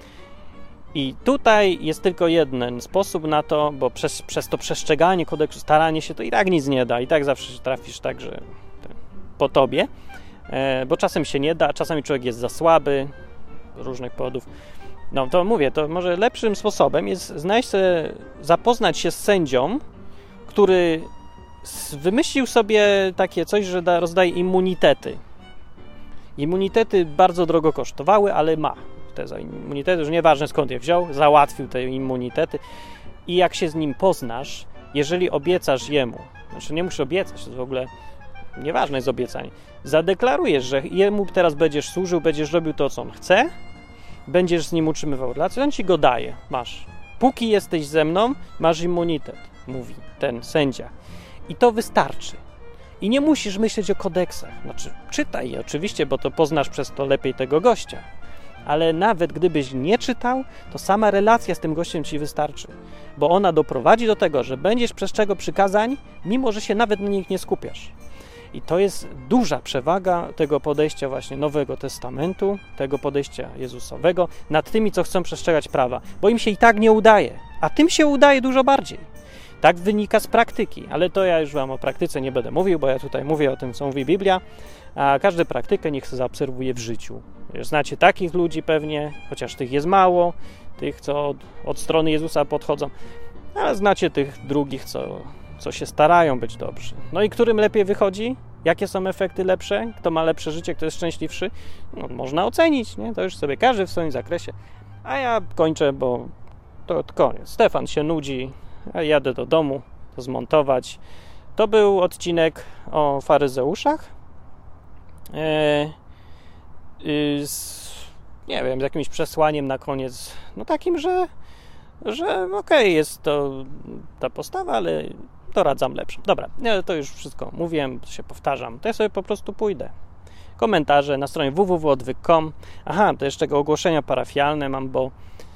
I tutaj jest tylko jeden sposób na to, bo przez to przestrzeganie kodeksu, staranie się, to i tak nic nie da. I tak zawsze trafisz tak, że po tobie, bo czasem się nie da, czasami człowiek jest za słaby z różnych powodów. No to mówię, to może lepszym sposobem jest zapoznać się z sędzią, który wymyślił sobie takie coś, że rozdaje immunitety. Immunitety bardzo drogo kosztowały, ale ma te immunitety, już nieważne skąd je wziął, załatwił te immunitety i jak się z nim poznasz, jeżeli obiecasz jemu, znaczy nie musisz obiecać, to w ogóle nieważne jest obiecanie, zadeklarujesz, że jemu teraz będziesz służył, będziesz robił to, co on chce, będziesz z nim utrzymywał relację, on ci go daje, masz. Póki jesteś ze mną, masz immunitet, mówi ten sędzia. I to wystarczy. I nie musisz myśleć o kodeksach. Znaczy, czytaj je oczywiście, bo to poznasz przez to lepiej tego gościa. Ale nawet gdybyś nie czytał, to sama relacja z tym gościem ci wystarczy. Bo ona doprowadzi do tego, że będziesz przestrzegał przykazań, mimo że się nawet na nich nie skupiasz. I to jest duża przewaga tego podejścia właśnie Nowego Testamentu, tego podejścia Jezusowego nad tymi, co chcą przestrzegać prawa. Bo im się i tak nie udaje, a tym się udaje dużo bardziej. Tak wynika z praktyki, ale to ja już wam o praktyce nie będę mówił, bo ja tutaj mówię o tym, co mówi Biblia, a każdą praktykę niech się zaobserwuje w życiu. Znacie takich ludzi pewnie, chociaż tych jest mało, tych, co od strony Jezusa podchodzą, ale znacie tych drugich, co się starają być dobrzy. No i którym lepiej wychodzi? Jakie są efekty lepsze? Kto ma lepsze życie, kto jest szczęśliwszy? No, można ocenić, nie? To już sobie każdy w swoim zakresie. A ja kończę, bo to koniec. Stefan się nudzi. Ja jadę do domu to zmontować. To był odcinek o faryzeuszach. Nie wiem, z jakimś przesłaniem na koniec. No takim, że okej, jest to ta postawa, ale doradzam lepszą. Dobra, to już wszystko mówiłem, się powtarzam. To ja sobie po prostu pójdę. Komentarze na stronie www.odwyk.com. Aha, to jeszcze ogłoszenia parafialne mam, bo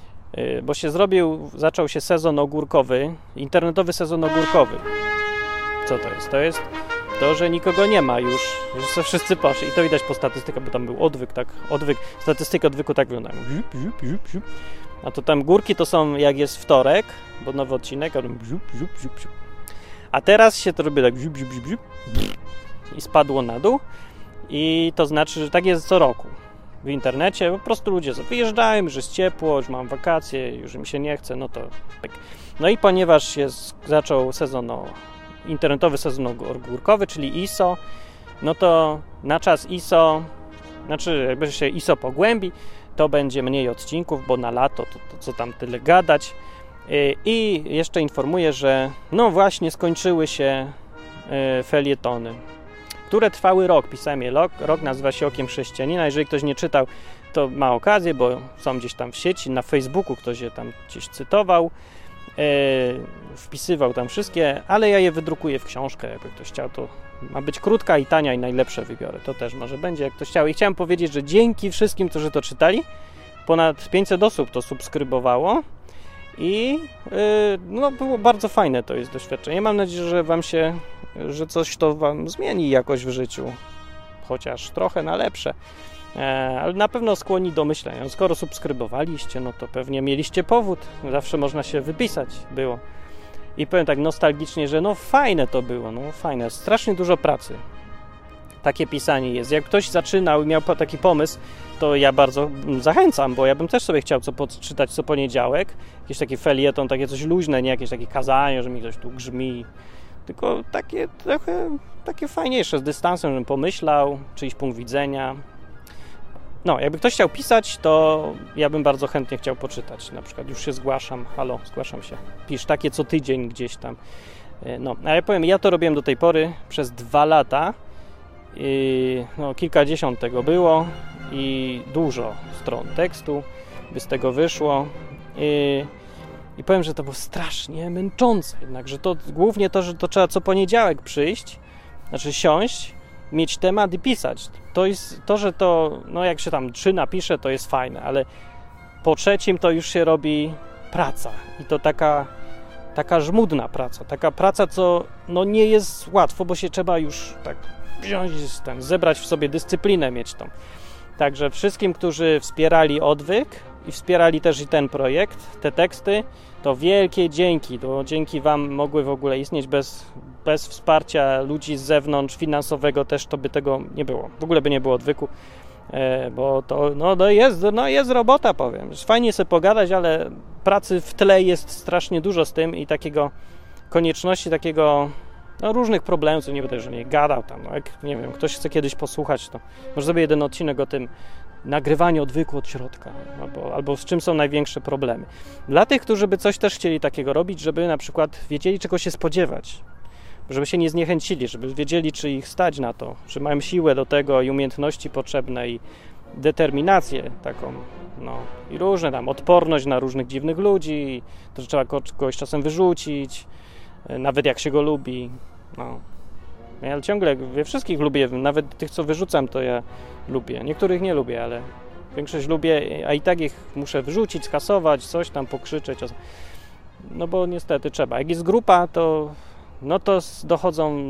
zaczął się sezon ogórkowy, internetowy sezon ogórkowy. Co to jest? To jest to, że nikogo nie ma już, że wszyscy poszli. I to widać po statystykach, bo tam był odwyk, statystyka odwyku tak wygląda. A to tam górki to są, jak jest wtorek, bo nowy odcinek, a teraz się to robi tak i spadło na dół. I to znaczy, że tak jest co roku. W internecie po prostu ludzie wyjeżdżają, już jest ciepło, już mam wakacje, już im się nie chce, no to tak. No i ponieważ się zaczął internetowy sezon ogórkowy, czyli ISO, no to na czas ISO, znaczy jakby się ISO pogłębi, to będzie mniej odcinków, bo na lato to co tam tyle gadać. I jeszcze informuję, że no właśnie skończyły się felietony, które trwały rok. Pisałem je rok, nazywa się Okiem Chrześcijanina. Jeżeli ktoś nie czytał, to ma okazję, bo są gdzieś tam w sieci, na Facebooku ktoś je tam gdzieś cytował, wpisywał tam wszystkie, ale ja je wydrukuję w książkę, jakby ktoś chciał, to ma być krótka i tania i najlepsze wybiorę. To też może będzie, jak ktoś chciał. I chciałem powiedzieć, że dzięki wszystkim, którzy to czytali, ponad 500 osób to subskrybowało i no było bardzo fajne to jest doświadczenie. Mam nadzieję, że coś to wam zmieni jakoś w życiu, chociaż trochę na lepsze. Ale na pewno skłoni do myślenia. No, skoro subskrybowaliście, no to pewnie mieliście powód. Zawsze można się wypisać było. I powiem tak nostalgicznie, że no fajne to było, no fajne. Strasznie dużo pracy. Takie pisanie jest. Jak ktoś zaczynał i miał taki pomysł, to ja bardzo zachęcam, bo ja bym też sobie chciał czytać co poniedziałek. Jakiś taki felieton, takie coś luźne, nie jakieś takie kazanie, że mi ktoś tu grzmi. Tylko takie trochę takie fajniejsze, z dystansem, żebym pomyślał, czyjś punkt widzenia. No, jakby ktoś chciał pisać, to ja bym bardzo chętnie chciał poczytać. Na przykład już się zgłaszam. Halo, zgłaszam się. Pisz takie co tydzień gdzieś tam. No, a ja powiem, ja to robiłem do tej pory przez 2 lata. No, kilkadziesiąt tego było i dużo stron tekstu by z tego wyszło. I powiem, że to było strasznie męczące. Jednakże to głównie to, że to trzeba co poniedziałek przyjść, znaczy siąść, mieć temat i pisać. To jest to, że to, no jak się tam 3 napisze, to jest fajne, ale po 3 to już się robi praca i to taka żmudna praca, taka praca, co no nie jest łatwo, bo się trzeba już tak wziąć, zebrać w sobie dyscyplinę, mieć tą. Także wszystkim, którzy wspierali Odwyk i wspierali też i ten projekt, te teksty, to wielkie dzięki, to dzięki wam mogły w ogóle istnieć. Bez wsparcia ludzi z zewnątrz, finansowego też to by tego nie było. W ogóle by nie było Odwyku, bo to jest robota, powiem. Fajnie sobie pogadać, ale pracy w tle jest strasznie dużo z tym i takiego konieczności, takiego różnych problemów, co nie będę, że nie gadał tam. No, jak, nie wiem, ktoś chce kiedyś posłuchać, to może sobie jeden odcinek o tym nagrywaniu Odwyku od środka, albo z czym są największe problemy. Dla tych, którzy by coś też chcieli takiego robić, żeby na przykład wiedzieli, czego się spodziewać, żeby się nie zniechęcili, żeby wiedzieli, czy ich stać na to, że mają siłę do tego i umiejętności potrzebne i determinację taką, no i różne tam, odporność na różnych dziwnych ludzi, to, że trzeba kogoś czasem wyrzucić, nawet jak się go lubi, no. Ja ciągle wszystkich lubię, nawet tych, co wyrzucam, to ja lubię. Niektórych nie lubię, ale większość lubię, a i tak ich muszę wyrzucić, skasować, coś tam pokrzyczeć. No bo niestety trzeba. Jak jest grupa, to no to dochodzą,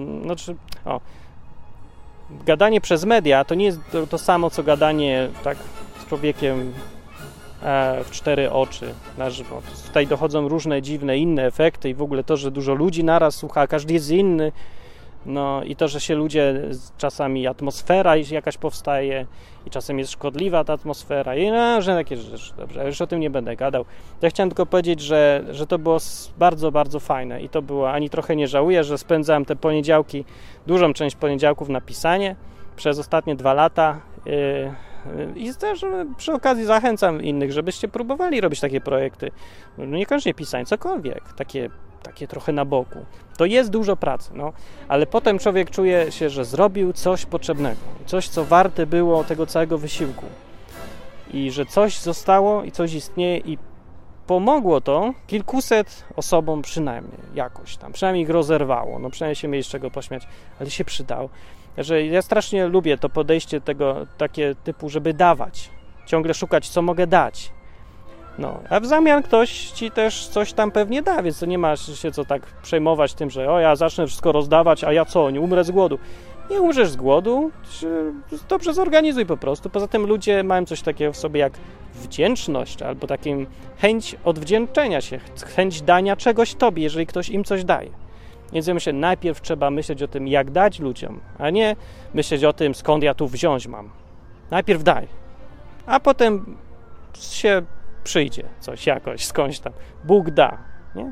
gadanie przez media to nie jest to samo, co gadanie tak z człowiekiem w 4 oczy na żywo. Tutaj dochodzą różne dziwne, inne efekty i w ogóle to, że dużo ludzi naraz słucha, każdy jest inny. No i to, że się ludzie, czasami atmosfera jakaś powstaje i czasem jest szkodliwa ta atmosfera i że takie rzeczy, dobrze, już o tym nie będę gadał. Ja chciałem tylko powiedzieć, że to było bardzo, bardzo fajne i to było, ani trochę nie żałuję, że spędzałem te poniedziałki, dużą część poniedziałków na pisanie przez ostatnie 2 lata i też przy okazji zachęcam innych, żebyście próbowali robić takie projekty, no niekoniecznie pisanie, cokolwiek, takie trochę na boku. To jest dużo pracy, no, ale potem człowiek czuje się, że zrobił coś potrzebnego, coś, co warte było tego całego wysiłku i że coś zostało i coś istnieje i pomogło to kilkuset osobom przynajmniej jakoś tam, przynajmniej ich rozerwało, no przynajmniej się mieli z czego pośmiać, ale się przydało. Że ja strasznie lubię to podejście tego, takie typu, żeby dawać, ciągle szukać, co mogę dać. No, a w zamian ktoś ci też coś tam pewnie da, więc to nie ma się co tak przejmować tym, że ja zacznę wszystko rozdawać, a ja co, nie umrę z głodu. Nie umrzesz z głodu, dobrze zorganizuj po prostu. Poza tym ludzie mają coś takiego w sobie jak wdzięczność, albo taką chęć odwdzięczenia się, chęć dania czegoś tobie, jeżeli ktoś im coś daje. Więc ja myślę, najpierw trzeba myśleć o tym, jak dać ludziom, a nie myśleć o tym, skąd ja tu wziąć mam. Najpierw daj, a potem się przyjdzie coś jakoś, skądś tam. Bóg da, nie?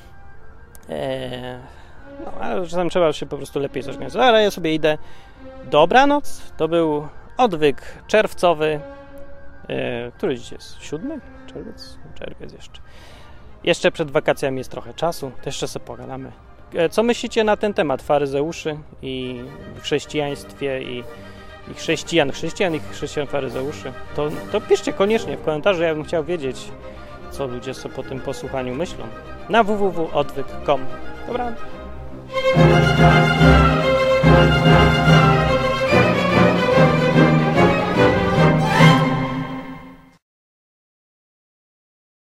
No, ale czasem trzeba się po prostu lepiej zorganizować. Ale ja sobie idę. Dobranoc. To był Odwyk czerwcowy. Który dziś jest? 7? Czerwiec? Czerwiec jeszcze. Jeszcze przed wakacjami jest trochę czasu, to jeszcze sobie pogadamy. Co myślicie na ten temat faryzeuszy i w chrześcijaństwie i chrześcijan i chrześcijan faryzeuszy? To piszcie koniecznie w komentarzu, ja bym chciał wiedzieć, co ludzie sobie po tym posłuchaniu myślą. Na www.odwyk.com. Dobra.